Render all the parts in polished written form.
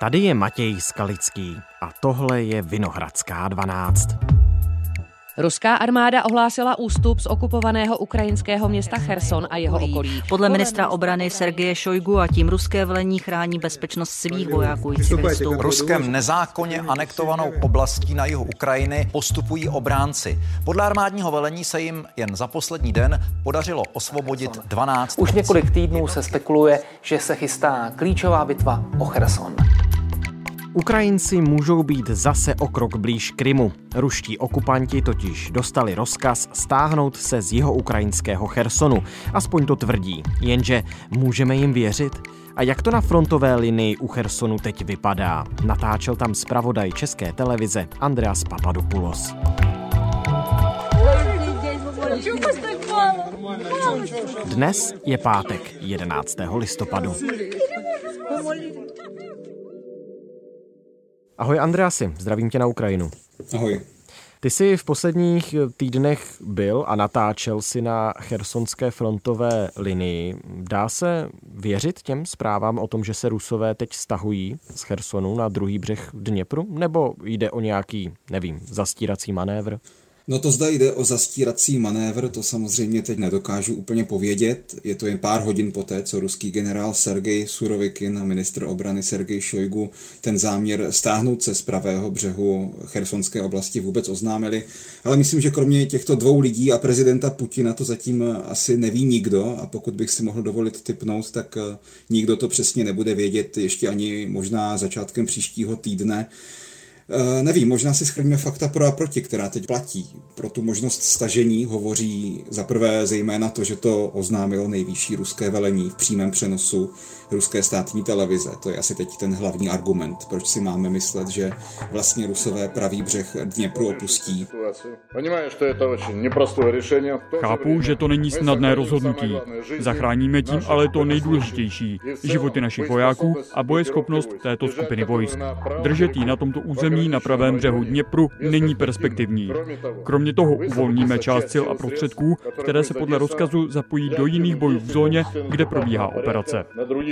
Tady je Matěj Skalický a tohle je Vinohradská 12. Ruská armáda ohlásila ústup z okupovaného ukrajinského města Cherson a jeho okolí. Podle ministra obrany Sergeje Šojgu a tím ruské velení chrání bezpečnost svých vojáků i civilistů. Ruskem nezákonně anektovanou oblastí na jihu Ukrajiny postupují obránci. Podle armádního velení se jim jen za poslední den podařilo osvobodit 12. Už několik týdnů se spekuluje, že se chystá klíčová bitva o Cherson. Ukrajinci můžou být zase o krok blíž Krymu. Ruští okupanti totiž dostali rozkaz stáhnout se z jihoуkrajinského Chersonu. Aspoň to tvrdí. Jenže můžeme jim věřit? A jak to na frontové linii u Chersonu teď vypadá? Natáčel tam zpravodaj České televize Andreas Papadopoulos. Dnes je pátek, 11. listopadu. Ahoj Andreasi, zdravím tě na Ukrajinu. Ahoj. Ty jsi v posledních týdnech byl a natáčel si na chersonské frontové linii. Dá se věřit těm zprávám o tom, že se Rusové teď stahují z Chersonu na druhý břeh Dněpru? Nebo jde o nějaký, zastírací manévr? No to zda jde o zastírací manévr, to samozřejmě teď nedokážu úplně povědět. Je to jen pár hodin poté, co ruský generál Sergej Surovikin a ministr obrany Sergej Šojgu ten záměr stáhnout se z pravého břehu chersonské oblasti vůbec oznámili. Ale myslím, že kromě těchto dvou lidí a prezidenta Putina to zatím asi neví nikdo a pokud bych si mohl dovolit tipnout, tak nikdo to přesně nebude vědět ještě ani možná začátkem příštího týdne. Nevím, možná si shrníme fakta pro a proti, která teď platí. Pro tu možnost stažení hovoří za prvé zejména to, že to oznámilo nejvyšší ruské velení v přímém přenosu ruské státní televize. To je asi teď ten hlavní argument, proč si máme myslet, že vlastně Rusové pravý břeh Dněpru opustí. Chápu, že to není snadné rozhodnutí. Zachráníme tím ale to nejdůležitější, životy našich vojáků a bojeschopnost této skupiny vojsk. Držet ji na tomto území na pravém břehu Dněpru není perspektivní. Kromě toho uvolníme část sil a prostředků, které se podle rozkazu zapojí do jiných bojů v zóně, kde probíhá operace.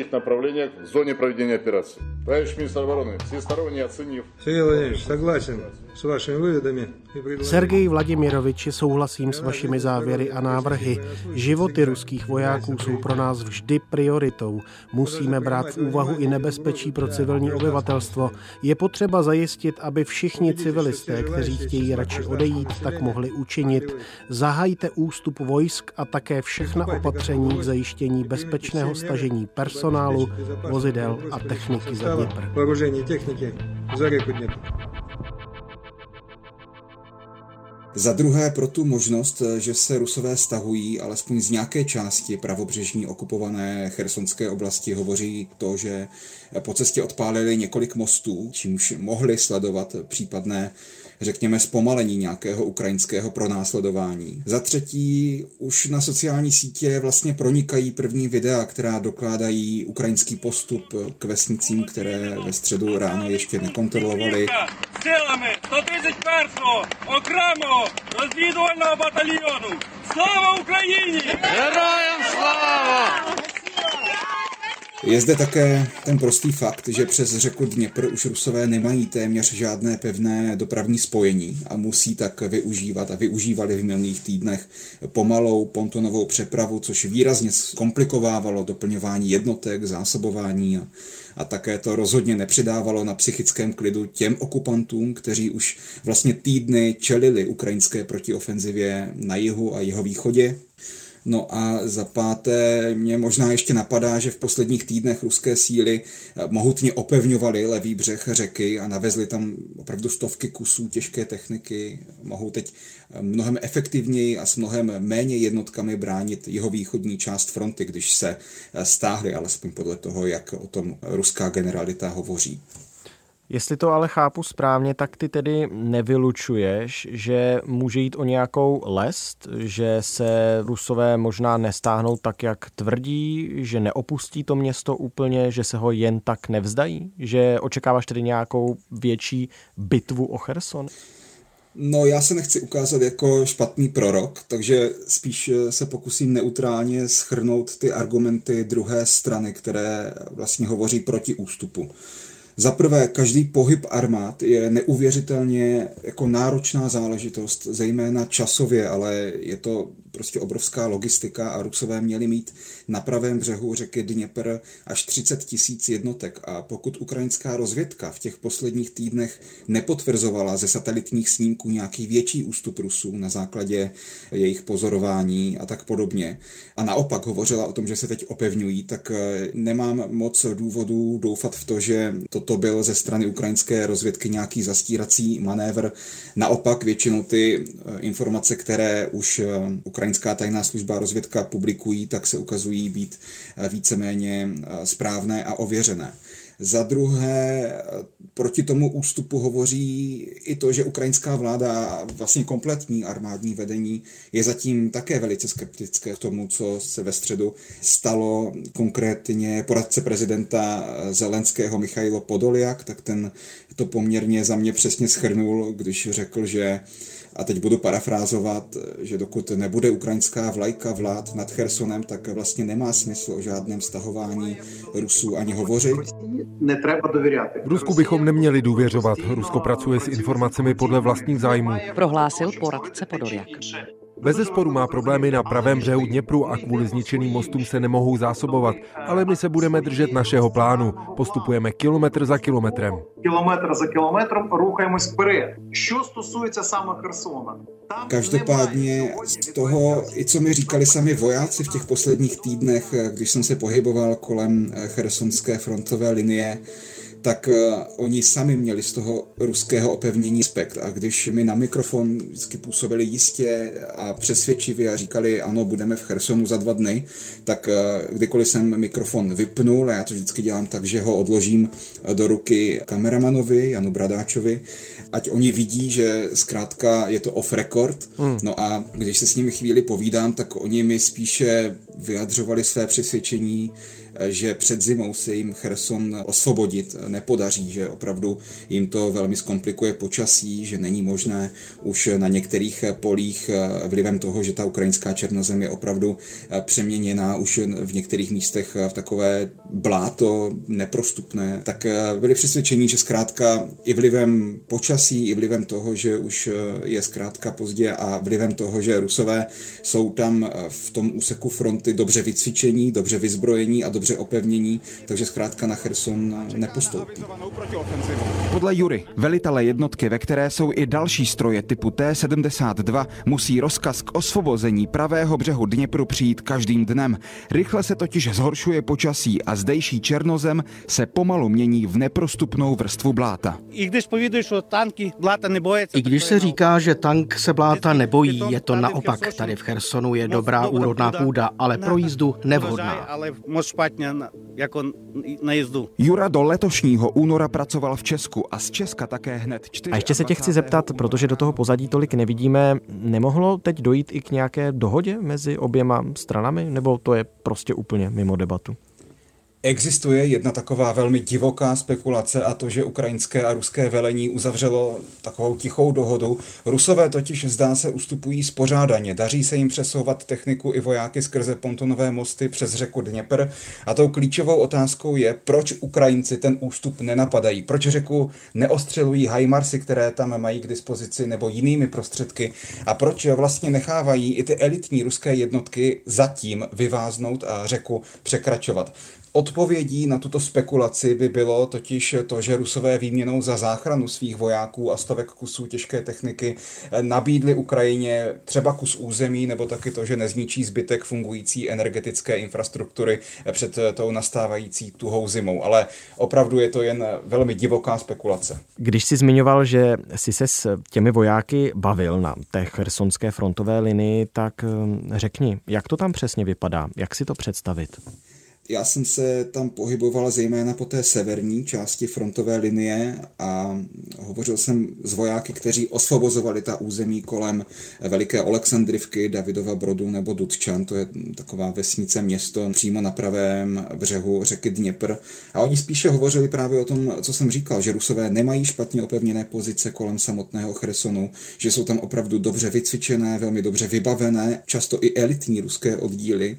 Sergej Vladimiroviči, souhlasím s vašimi závěry a návrhy. Životy ruských vojáků jsou pro nás vždy prioritou. Musíme brát v úvahu i nebezpečí pro civilní obyvatelstvo. Je potřeba zajistit, aby všichni civilisté, kteří chtějí radši odejít, tak mohli učinit. Zahajte ústup vojsk a také všechna opatření k zajištění bezpečného stažení personálu, vozidel a techniky za Dněpr. Za druhé pro tu možnost, že se Rusové stahují alespoň z nějaké části pravobřežní okupované chersonské oblasti, hovoří to, že po cestě odpálili několik mostů, čímž mohli sledovat případné, řekněme, zpomalení nějakého ukrajinského pronásledování. Za třetí, už na sociální sítě vlastně pronikají první videa, která dokládají ukrajinský postup k vesnicím, které ve středu ráno ještě nekontrolovali. Силами 131-го окремого розвідувального батальйону. Слава Україні! Героям слава! Je zde také ten prostý fakt, že přes řeku Dněpr už Rusové nemají téměř žádné pevné dopravní spojení a musí tak využívat a využívali v minulých týdnech pomalou pontonovou přepravu, což výrazně komplikovávalo doplňování jednotek, zásobování a také to rozhodně nepřidávalo na psychickém klidu těm okupantům, kteří už vlastně týdny čelili ukrajinské protiofenzivě na jihu a jihovýchodě. No a za páté mě možná ještě napadá, že v posledních týdnech ruské síly mohutně opevňovaly levý břeh řeky a navezly tam opravdu stovky kusů těžké techniky. Mohou teď mnohem efektivněji a s mnohem méně jednotkami bránit jihovýchodní část fronty, když se stáhly, alespoň podle toho, jak o tom ruská generalita hovoří. Jestli to ale chápu správně, tak ty tedy nevylučuješ, že může jít o nějakou lest, že se Rusové možná nestáhnou tak, jak tvrdí, že neopustí to město úplně, že se ho jen tak nevzdají? Že očekáváš tedy nějakou větší bitvu o Cherson? No, já se nechci ukázat jako špatný prorok, takže spíš se pokusím neutrálně shrnout ty argumenty druhé strany, které vlastně hovoří proti ústupu. Za prvé, každý pohyb armád je neuvěřitelně jako náročná záležitost, zejména časově, ale je to prostě obrovská logistika a Rusové měli mít na pravém břehu řeky Dněpr až 30 000 jednotek a pokud ukrajinská rozvědka v těch posledních týdnech nepotvrzovala ze satelitních snímků nějaký větší ústup Rusů na základě jejich pozorování a tak podobně a naopak hovořila o tom, že se teď opevňují, tak nemám moc důvodů doufat v to, že toto byl ze strany ukrajinské rozvědky nějaký zastírací manévr. Naopak většinou ty informace, které už ukrajinská tajná služba rozvědka publikují, tak se ukazují být víceméně správné a ověřené. Za druhé, proti tomu ústupu hovoří i to, že ukrajinská vláda a vlastně kompletní armádní vedení je zatím také velice skeptické k tomu, co se ve středu stalo. Konkrétně poradce prezidenta Zelenského Michailo Podolyak, tak ten to poměrně za mě přesně shrnul, když řekl, že, a teď budu parafrázovat, že dokud nebude ukrajinská vlajka vlád nad Chersonem, tak vlastně nemá smysl o žádném stahování Rusů ani hovořit. V Rusku bychom neměli důvěřovat. Rusko pracuje s informacemi podle vlastních zájmů, prohlásil poradce Podolyak. Bezesporu má problémy na pravém břehu Dněpru a kvůli zničeným mostům se nemohou zásobovat, ale my se budeme držet našeho plánu. Postupujeme kilometr za kilometrem. Každopádně z toho, i co mi říkali sami vojáci v těch posledních týdnech, když jsem se pohyboval kolem chersonské frontové linie, tak oni sami měli z toho ruského opevnění respekt. A když mi na mikrofon vždycky působili jistě a přesvědčivě a říkali, ano, budeme v Chersonu za 2 dny, tak kdykoliv jsem mikrofon vypnul, a já to vždycky dělám tak, že ho odložím do ruky kameramanovi Janu Bradáčovi, ať oni vidí, že zkrátka je to off record. No a když se s nimi chvíli povídám, tak oni mi spíše vyjadřovali své přesvědčení, že před zimou se jim Cherson osvobodit nepodaří, že opravdu jim to velmi zkomplikuje počasí, že není možné už na některých polích vlivem toho, že ta ukrajinská černozem je opravdu přeměněná už v některých místech v takové bláto neprostupné, tak byli přesvědčení, že zkrátka i vlivem počasí, i vlivem toho, že už je zkrátka pozdě a vlivem toho, že Rusové jsou tam v tom úseku fronty dobře vycvičení, dobře vyzbrojení a dobře opevnění, takže zkrátka na Cherson nepostoupí. Podle Jury, velitele jednotky, ve které jsou i další stroje typu T-72, musí rozkaz k osvobození pravého břehu Dněpru přijít každým dnem. Rychle se totiž zhoršuje počasí a zdejší černozem se pomalu mění v neprostupnou vrstvu bláta. I když se říká, že tank se bláta nebojí, je to naopak. Tady v Chersonu je dobrá úrodná půda, ale pro jízdu nevhodná. Jura do letošního února pracoval v Česku a z Česka také hned 4. A ještě se tě chci zeptat, protože do toho pozadí tolik nevidíme, nemohlo teď dojít i k nějaké dohodě mezi oběma stranami, nebo to je prostě úplně mimo debatu? Existuje jedna taková velmi divoká spekulace a to, že ukrajinské a ruské velení uzavřelo takovou tichou dohodu. Rusové totiž zdá se ustupují spořádaně. Daří se jim přesouvat techniku i vojáky skrze pontonové mosty přes řeku Dněpr a tou klíčovou otázkou je, proč Ukrajinci ten ústup nenapadají. Proč řeku neostřelují HIMARSy, které tam mají k dispozici, nebo jinými prostředky a proč vlastně nechávají i ty elitní ruské jednotky zatím vyváznout a řeku překračovat. Odpovědí na tuto spekulaci by bylo totiž to, že Rusové výměnou za záchranu svých vojáků a stovek kusů těžké techniky nabídli Ukrajině třeba kus území, nebo taky to, že nezničí zbytek fungující energetické infrastruktury před tou nastávající tuhou zimou. Ale opravdu je to jen velmi divoká spekulace. Když jsi zmiňoval, že jsi se s těmi vojáky bavil na té chersonské frontové linii, tak řekni, jak to tam přesně vypadá, jak si to představit? Já jsem se tam pohyboval zejména po té severní části frontové linie a hovořil jsem s vojáky, kteří osvobozovali ta území kolem Veliké Oleksandrivky, Davidova Brodu nebo Dudčan, to je taková vesnice, město přímo na pravém břehu řeky Dněpr. A oni spíše hovořili právě o tom, co jsem říkal, že Rusové nemají špatně opevněné pozice kolem samotného Chersonu, že jsou tam opravdu dobře vycvičené, velmi dobře vybavené, často i elitní ruské oddíly,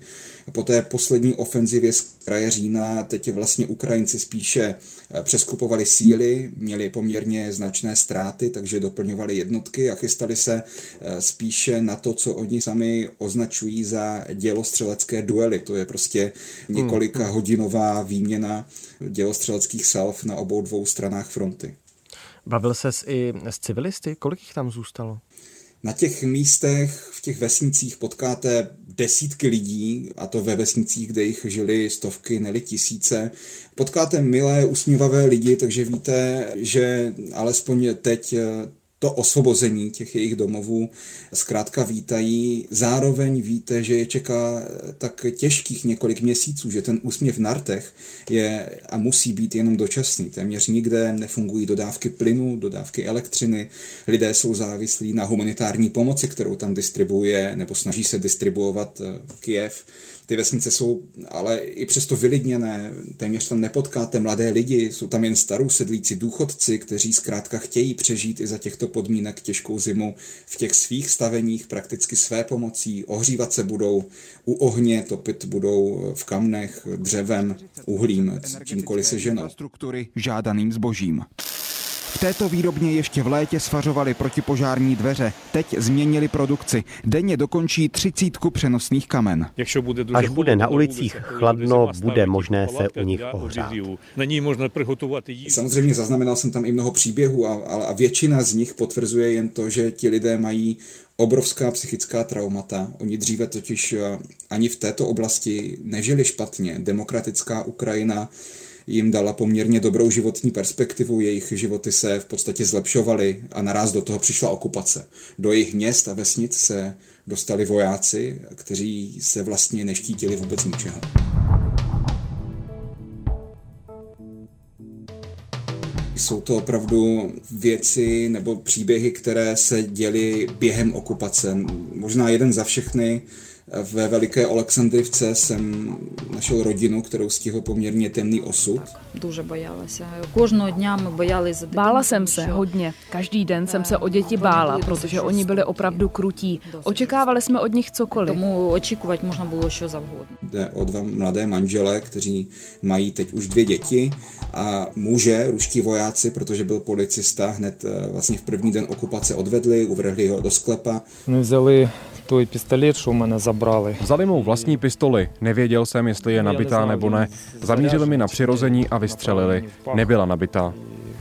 Po té poslední ofenzivě z kraje října teď vlastně Ukrajinci spíše přeskupovali síly, měli poměrně značné ztráty, takže doplňovali jednotky a chystali se spíše na to, co oni sami označují za dělostřelecké duely. To je prostě několika hodinová výměna dělostřeleckých salv na obou dvou stranách fronty. Bavil ses i s civilisty? Kolik jich tam zůstalo? Na těch místech, v těch vesnicích potkáte desítky lidí, a to ve vesnicích, kde jich žili stovky, ne-li tisíce. Potkáte milé, usmívavé lidi, takže víte, že alespoň teď to osvobození těch jejich domovů zkrátka vítají. Zároveň víte, že je čeká tak těžkých několik měsíců, že ten úsměv na rtech je a musí být jenom dočasný. Téměř nikde nefungují dodávky plynu, dodávky elektřiny. Lidé jsou závislí na humanitární pomoci, kterou tam distribuuje nebo snaží se distribuovat Kyjev. Ty vesnice jsou ale i přesto vylidněné, téměř tam nepotkáte mladé lidi, jsou tam jen starousedlíci důchodci, kteří zkrátka chtějí přežít i za těchto podmínek těžkou zimu v těch svých staveních prakticky své pomocí, ohřívat se budou u ohně, topit budou v kamnech, dřevem, uhlím, čímkoliv se ženou. Žádaným zbožím. V této výrobně ještě v létě svařovali protipožární dveře, teď změnili produkci. Denně dokončí 30 přenosných kamen. Až bude na ulicích chladno, bude možné se u nich ohřát. Samozřejmě zaznamenal jsem tam i mnoho příběhů a většina z nich potvrzuje jen to, že ti lidé mají obrovská psychická traumata. Oni dříve totiž ani v této oblasti nežili špatně. Demokratická Ukrajina jim dala poměrně dobrou životní perspektivu, jejich životy se v podstatě zlepšovaly a naraz do toho přišla okupace. Do jejich měst a vesnic se dostali vojáci, kteří se vlastně neštítili vůbec ničeho. Jsou to opravdu věci nebo příběhy, které se děly během okupace. Možná jeden za všechny. Ve Veliké Oleksandrivce jsem našel rodinu, kterou stihl poměrně temný osud. Bála jsem se hodně. Každý den jsem se o děti bála, protože oni byli opravdu krutí. Očekávali jsme od nich cokoliv. Jde o dva mladé manžele, kteří mají teď už 2 děti a muže, ruští vojáci, protože byl policista, hned vlastně v první den okupace odvedli, uvrhli ho do sklepa. Vzali mou vlastní pistoli, nevěděl jsem, jestli je nabitá nebo ne. Zamířili mi na přirození a vystřelili. Nebyla nabitá.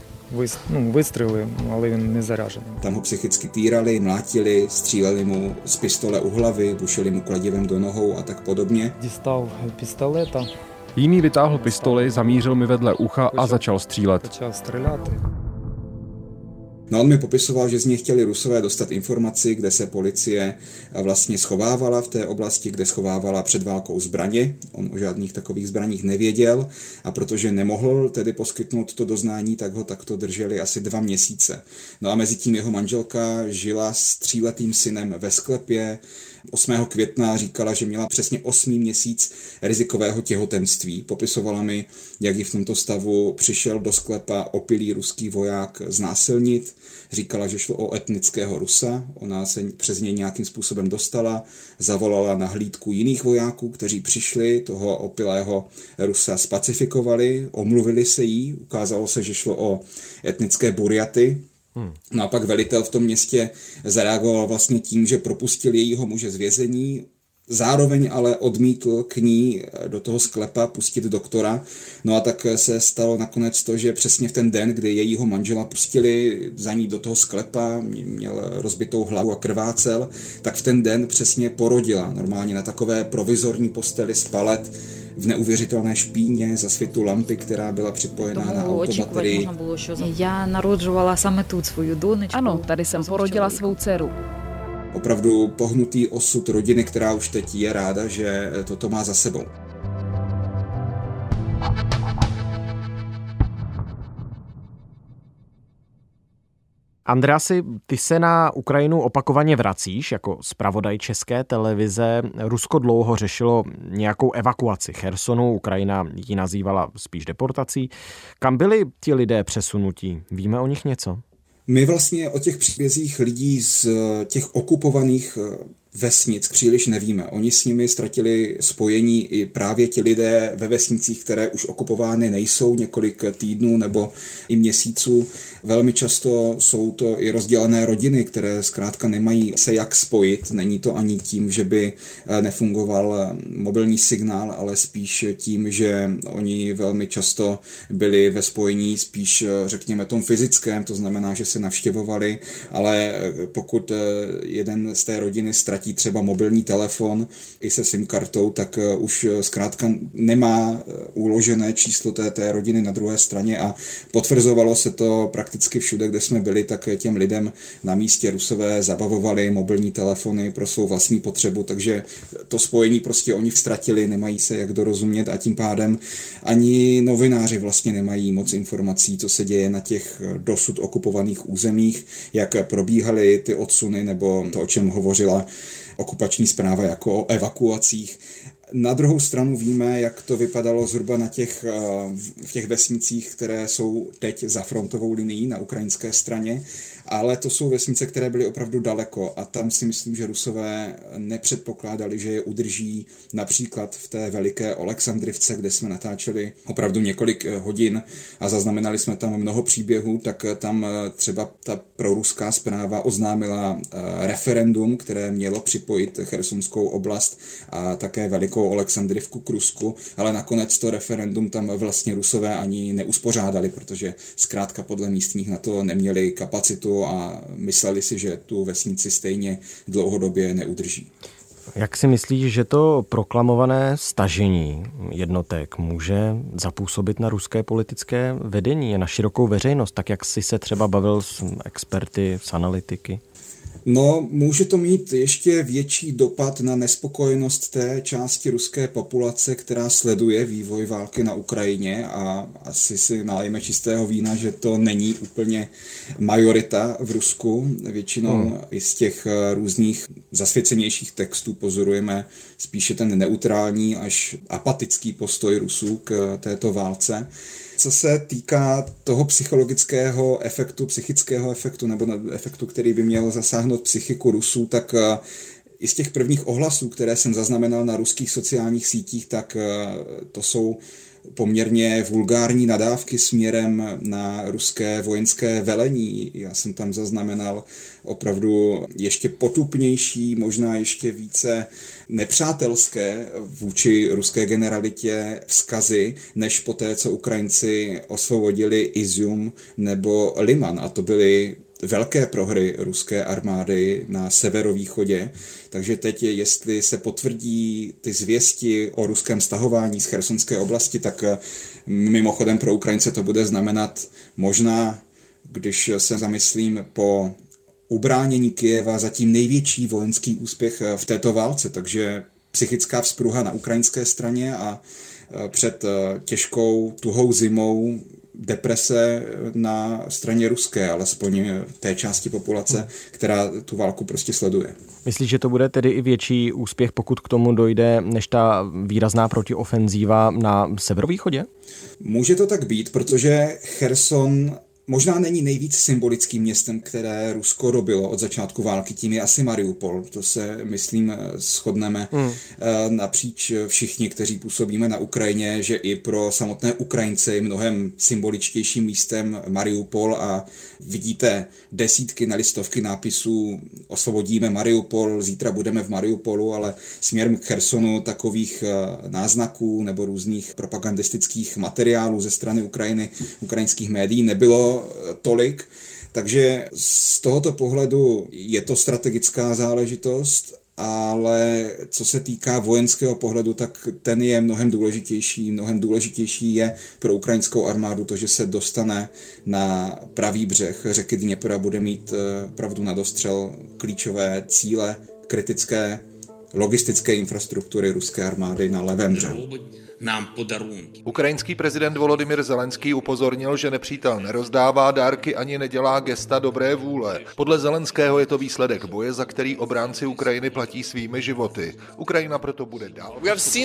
Tam ho psychicky týrali, mlátili, stříleli mu z pistole u hlavy, bušili mu kladivem do nohou a tak podobně. Jiný vytáhl pistoli, zamířil mi vedle ucha a začal střílet. No on mi popisoval, že z něj chtěli Rusové dostat informaci, kde se policie vlastně schovávala v té oblasti, kde schovávala před válkou zbraně. On o žádných takových zbraních nevěděl a protože nemohl tedy poskytnout to doznání, tak ho takto drželi asi 2 měsíce. No a mezi tím jeho manželka žila s 3letým synem ve sklepě. 8. května říkala, že měla přesně 8. měsíc rizikového těhotenství. Popisovala mi, jak ji v tomto stavu přišel do sklepa opilý ruský voják znásilnit. Říkala, že šlo o etnického Rusa. Ona se přes něj nějakým způsobem dostala. Zavolala na hlídku jiných vojáků, kteří přišli, toho opilého Rusa spacifikovali, omluvili se jí. Ukázalo se, že šlo o etnické Burjaty. No a pak velitel v tom městě zareagoval vlastně tím, že propustil jejího muže z vězení, zároveň ale odmítl k ní do toho sklepa pustit doktora. No a tak se stalo nakonec to, že přesně v ten den, kdy jejího manžela pustili za ní do toho sklepa, měl rozbitou hlavu a krvácel, tak v ten den přesně porodila. Normálně na takové provizorní posteli z palet, v neuvěřitelné špíně za světu lampy, která byla připojená na autobaterii. Ano, tady jsem porodila svou dceru. Opravdu pohnutý osud rodiny, která už teď je ráda, že toto má za sebou. Andreasi, ty se na Ukrajinu opakovaně vracíš jako zpravodaj České televize. Rusko dlouho řešilo nějakou evakuaci Chersonu, Ukrajina ji nazývala spíš deportací. Kam byli ti lidé přesunutí? Víme o nich něco? My vlastně o těch příbězích lidí z těch okupovaných vesnic příliš nevíme. Oni s nimi ztratili spojení i právě ti lidé ve vesnicích, které už okupovány nejsou několik týdnů nebo i měsíců. Velmi často jsou to i rozdělené rodiny, které zkrátka nemají se jak spojit. Není to ani tím, že by nefungoval mobilní signál, ale spíš tím, že oni velmi často byli ve spojení spíš, řekněme, tom fyzickém, to znamená, že se navštěvovali, ale pokud jeden z té rodiny ztratí třeba mobilní telefon i se SIM kartou, tak už zkrátka nemá uložené číslo té rodiny na druhé straně a potvrzovalo se to prakticky všude, kde jsme byli, tak těm lidem na místě Rusové zabavovali mobilní telefony pro svou vlastní potřebu, takže to spojení prostě oni ztratili, nemají se jak dorozumět a tím pádem ani novináři vlastně nemají moc informací, co se děje na těch dosud okupovaných územích, jak probíhaly ty odsuny nebo to, o čem hovořila okupační zpráva jako o evakuacích. Na druhou stranu víme, jak to vypadalo zhruba v těch vesnicích, které jsou teď za frontovou linií na ukrajinské straně, ale to jsou vesnice, které byly opravdu daleko a tam si myslím, že Rusové nepředpokládali, že je udrží například v té veliké Alexandrivce, kde jsme natáčeli opravdu několik hodin a zaznamenali jsme tam mnoho příběhů, tak tam třeba ta proruská zpráva oznámila referendum, které mělo připojit Chersonskou oblast a také velikou Alexandrivku k Rusku, ale nakonec to referendum tam vlastně Rusové ani neuspořádali, protože zkrátka podle místních na to neměli kapacitu a mysleli si, že tu vesnici stejně dlouhodobě neudrží. Jak si myslíš, že to proklamované stažení jednotek může zapůsobit na ruské politické vedení a na širokou veřejnost, tak jak jsi se třeba bavil s experty, s analytiky? No, může to mít ještě větší dopad na nespokojenost té části ruské populace, která sleduje vývoj války na Ukrajině a asi si nalijeme čistého vína, že to není úplně majorita v Rusku. Většinou i z těch různých zasvěcenějších textů pozorujeme spíše ten neutrální až apatický postoj Rusů k této válce. Co se týká toho psychologického efektu, psychického efektu nebo efektu, který by měl zasáhnout psychiku Rusů, tak i z těch prvních ohlasů, které jsem zaznamenal na ruských sociálních sítích, tak to jsou poměrně vulgární nadávky směrem na ruské vojenské velení. Já jsem tam zaznamenal opravdu ještě potupnější, možná ještě více nepřátelské vůči ruské generalitě vzkazy, než poté, co Ukrajinci osvobodili Izium nebo Liman. A to byly velké prohry ruské armády na severovýchodě. Takže teď, jestli se potvrdí ty zvěsti o ruském stahování z Chersonské oblasti, tak mimochodem pro Ukrajince to bude znamenat možná, když se zamyslím, po ubránění Kyjeva zatím největší vojenský úspěch v této válce. Takže psychická vzpruha na ukrajinské straně a před těžkou, tuhou zimou deprese na straně ruské, alespoň té části populace, která tu válku prostě sleduje. Myslíš, že to bude tedy i větší úspěch, pokud k tomu dojde, než ta výrazná protiofenzíva na severovýchodě? Může to tak být, protože Cherson možná není nejvíc symbolickým městem, které Rusko dobilo od začátku války, tím je asi Mariupol. To se, myslím, shodneme napříč všichni, kteří působíme na Ukrajině, že i pro samotné Ukrajince je mnohem symboličtějším místem Mariupol a vidíte desítky na listovky nápisů osvobodíme Mariupol, zítra budeme v Mariupolu, ale směrem k Chersonu takových náznaků nebo různých propagandistických materiálů ze strany Ukrajiny, ukrajinských médií nebylo tolik, takže z tohoto pohledu je to strategická záležitost, ale co se týká vojenského pohledu, tak ten je mnohem důležitější. Mnohem důležitější je pro ukrajinskou armádu to, že se dostane na pravý břeh řeky Dněpr a bude mít pravdu na dostřel klíčové cíle kritické logistické infrastruktury ruské armády na levém břehu. nám podarunky. Ukrajinský prezident Volodymyr Zelenský upozornil, že nepřítel nerozdává dárky ani nedělá gesta dobré vůle. Podle Zelenského je to výsledek boje, za který obránci Ukrajiny platí svými životy. Ukrajina proto bude dál.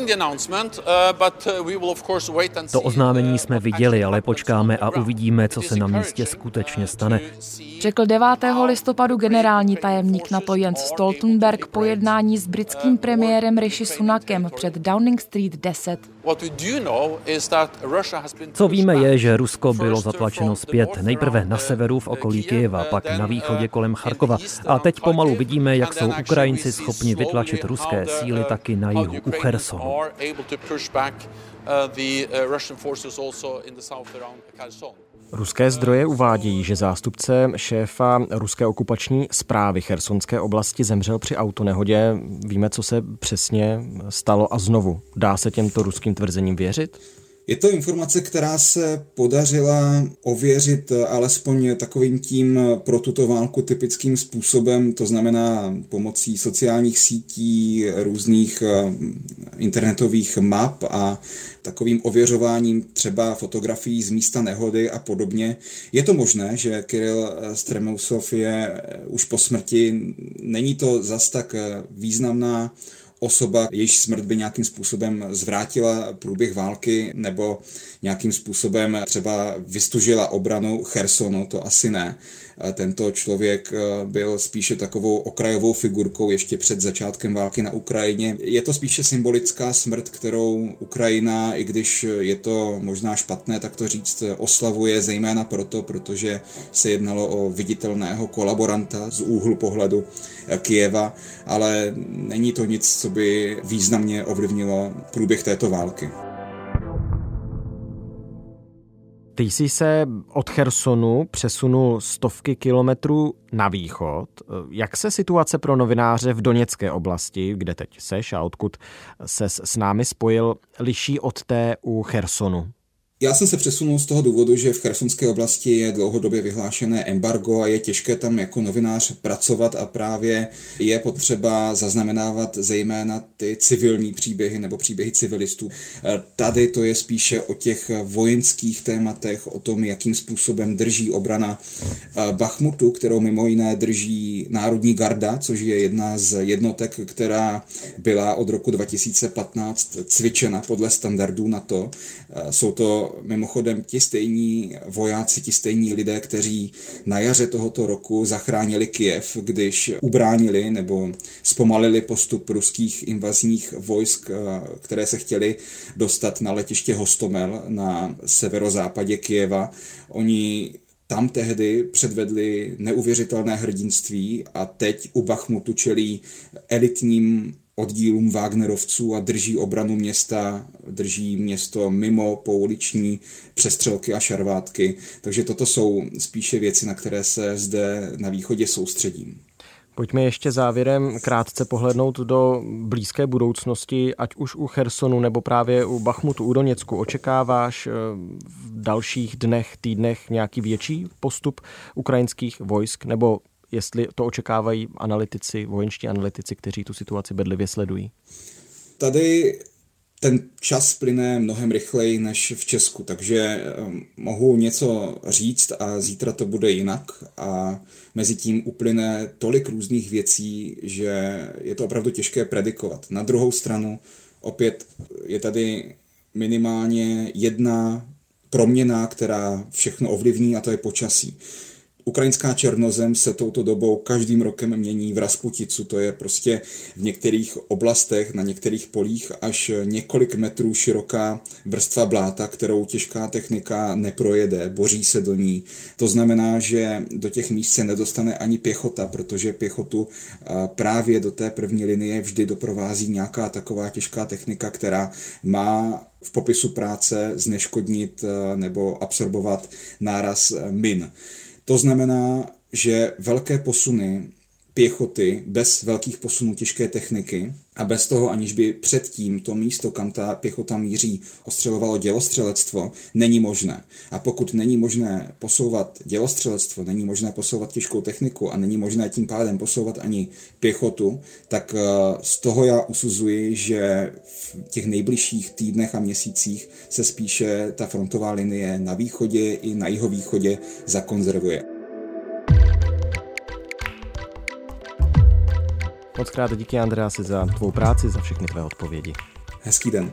To oznámení jsme viděli, ale počkáme a uvidíme, co se na místě skutečně stane. Řekl 9. listopadu generální tajemník NATO Jens Stoltenberg po jednání s britským premiérem Rishi Sunakem před Downing Street 10. Co víme je, že Rusko bylo zatlačeno zpět. Nejprve na severu v okolí Kyjeva, pak na východě kolem Charkova. A teď pomalu vidíme, jak jsou Ukrajinci schopni vytlačit ruské síly taky na jihu u Chersonu. Ruské zdroje uvádějí, že zástupce šéfa ruské okupační správy Chersonské oblasti zemřel při autonehodě. Víme, co se přesně stalo a znovu. Dá se těmto ruským tvrzením věřit? Je to informace, která se podařila ověřit alespoň takovým tím pro tuto válku typickým způsobem, to znamená pomocí sociálních sítí, různých internetových map a takovým ověřováním třeba fotografií z místa nehody a podobně. Je to možné, že Kiril Stremousov je už po smrti, není to zas tak významná osoba, jejíž smrt by nějakým způsobem zvrátila průběh války nebo nějakým způsobem třeba vystužila obranu Chersonu, to asi ne. Tento člověk byl spíše takovou okrajovou figurkou ještě před začátkem války na Ukrajině. Je to spíše symbolická smrt, kterou Ukrajina, i když je to možná špatné tak to říct, oslavuje zejména proto, protože se jednalo o viditelného kolaboranta z úhlu pohledu Kyjeva, ale není to nic, co by významně ovlivnilo průběh této války. Ty jsi se od Chersonu přesunul stovky kilometrů na východ. Jak se situace pro novináře v Doněcké oblasti, kde teď seš a odkud ses s námi spojil, liší od té u Chersonu? Já jsem se přesunul z toho důvodu, že v chersonské oblasti je dlouhodobě vyhlášené embargo a je těžké tam jako novinář pracovat a právě je potřeba zaznamenávat zejména ty civilní příběhy nebo příběhy civilistů. Tady to je spíše o těch vojenských tématech, o tom, jakým způsobem drží obrana Bachmutu, kterou mimo jiné drží Národní garda, což je jedna z jednotek, která byla od roku 2015 cvičena podle standardů NATO. Jsou to mimochodem ti stejní vojáci, ti stejní lidé, kteří na jaře tohoto roku zachránili Kyjev, když ubránili nebo zpomalili postup ruských invazních vojsk, které se chtěli dostat na letiště Hostomel na severozápadě Kyjeva. Oni tam tehdy předvedli neuvěřitelné hrdinství a teď u Bachmutu čelí elitním oddílům Wagnerovců a drží obranu města, drží město mimo pouliční přestřelky a šarvátky. Takže toto jsou spíše věci, na které se zde na východě soustředím. Pojďme ještě závěrem krátce pohlednout do blízké budoucnosti, ať už u Chersonu nebo právě u Bachmutu, u Doněcku. Očekáváš v dalších dnech, týdnech nějaký větší postup ukrajinských vojsk, nebo jestli to očekávají analytici, vojenští analytici, kteří tu situaci bedlivě sledují? Tady ten čas plyne mnohem rychleji než v Česku, takže mohu něco říct a zítra to bude jinak a mezi tím uplyne tolik různých věcí, že je to opravdu těžké predikovat. Na druhou stranu opět je tady minimálně jedna proměna, která všechno ovlivní, a to je počasí. Ukrajinská černozem se touto dobou každým rokem mění v Rasputicu, to je prostě v některých oblastech, na některých polích až několik metrů široká vrstva bláta, kterou těžká technika neprojede, boří se do ní. To znamená, že do těch míst se nedostane ani pěchota, protože pěchotu právě do té první linie vždy doprovází nějaká taková těžká technika, která má v popisu práce zneškodnit nebo absorbovat náraz min. To znamená, že velké posuny pěchoty bez velkých posunů těžké techniky a bez toho, aniž by předtím to místo, kam ta pěchota míří, ostřelovalo dělostřelectvo, není možné. A pokud není možné posouvat dělostřelectvo, není možné posouvat těžkou techniku a není možné tím pádem posouvat ani pěchotu, tak z toho já usuzuji, že v těch nejbližších týdnech a měsících se spíše ta frontová linie na východě i na jihovýchodě zakonzervuje. Mockrát díky, Andreasi, za tvou práci, za všechny tvé odpovědi. Hezký den.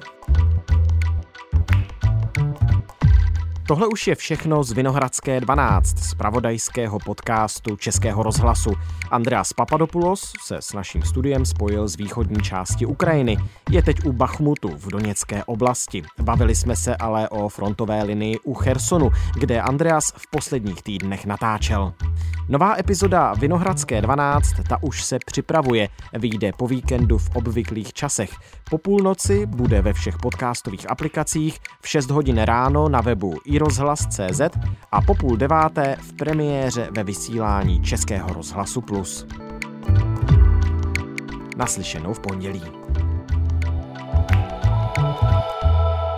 Tohle už je všechno z Vinohradské 12, z zpravodajského podcastu Českého rozhlasu. Andreas Papadopoulos se s naším studiem spojil z východní části Ukrajiny. Je teď u Bachmutu v Doněcké oblasti. Bavili jsme se ale o frontové linii u Chersonu, kde Andreas v posledních týdnech natáčel. Nová epizoda Vinohradské 12, ta už se připravuje. Vyjde po víkendu v obvyklých časech. Po půlnoci bude ve všech podcastových aplikacích, v 6 hodin ráno na webu iRozhlas.cz a po 8:30 v premiéře ve vysílání Českého rozhlasu Plus. Naslyšenou v pondělí.